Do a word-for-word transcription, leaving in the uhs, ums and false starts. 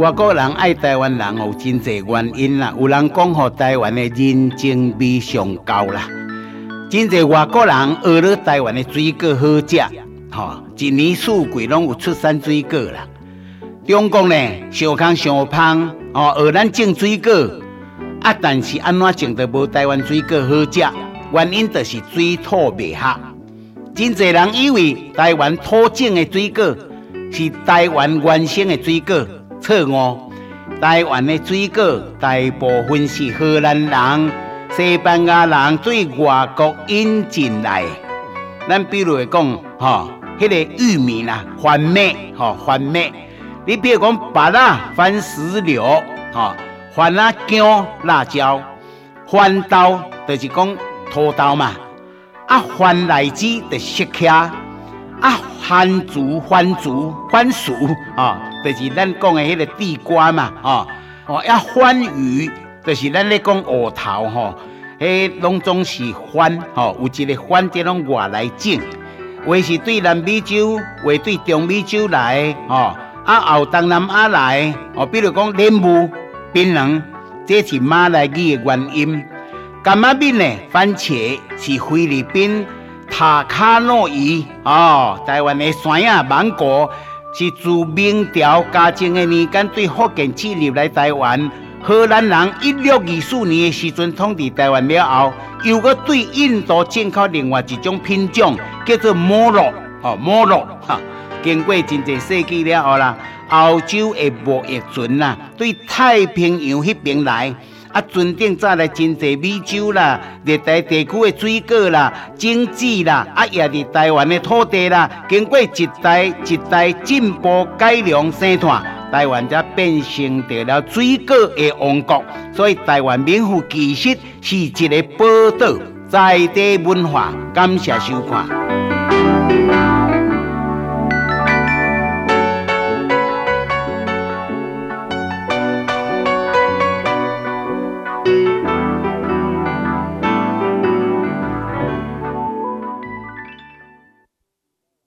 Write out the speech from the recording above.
外国人爱台湾人有真侪原因啦。有人讲吼，台湾的人情味上高啦。真侪外国人学了台湾的水果好食，吼、哦，一年四季拢有出产水果啦。中国呢，小康上芳，哦，学咱种水果，啊，但是安怎种都无台湾水果好食，原因就是水土未合。真侪人以为台湾土种的水果是台湾原生的水果，错误。台湾的水果大部分是荷兰人、西班牙人对外国引进来的。咱比如讲，吼、哦，迄、那个玉米啦，番麦，吼、哦，番麦。你比如讲芭乐、番石榴，吼、哦，番啊姜、辣椒，番豆就是讲土豆嘛，啊番荔枝就是雪茄，啊番薯、番薯、番薯，哦，就是咱讲的迄个地瓜嘛，哦，哦啊番禺就是咱咧讲芋头吼，迄拢总是番，吼、哦，有一个番这拢外来种，话是对南美洲，话对中美洲来，吼、哦。啊，后东南亚来，哦，比如讲莲雾、槟榔，这是马来语的原因。柑仔面呢，番茄是菲律宾塔卡诺伊，哦，台湾的山啊芒果是自明朝嘉靖的年间对福建进入来台湾，荷兰人一六二四年的时阵统治台湾了后，又搁对印度进口另外一种品种，叫做摩洛，哦，摩洛哈。经过真侪世纪了后啦，欧洲的贸易船啦，对太平洋迄边来，啊，船顶早来真侪美洲啦、热带地区的水果啦、种子啦，啊，也伫台湾的土地啦，经过一代一代进步改良生产，台湾才变成得了水果的王国。所以台湾名副其实是一个宝岛，在地文化。感谢收看。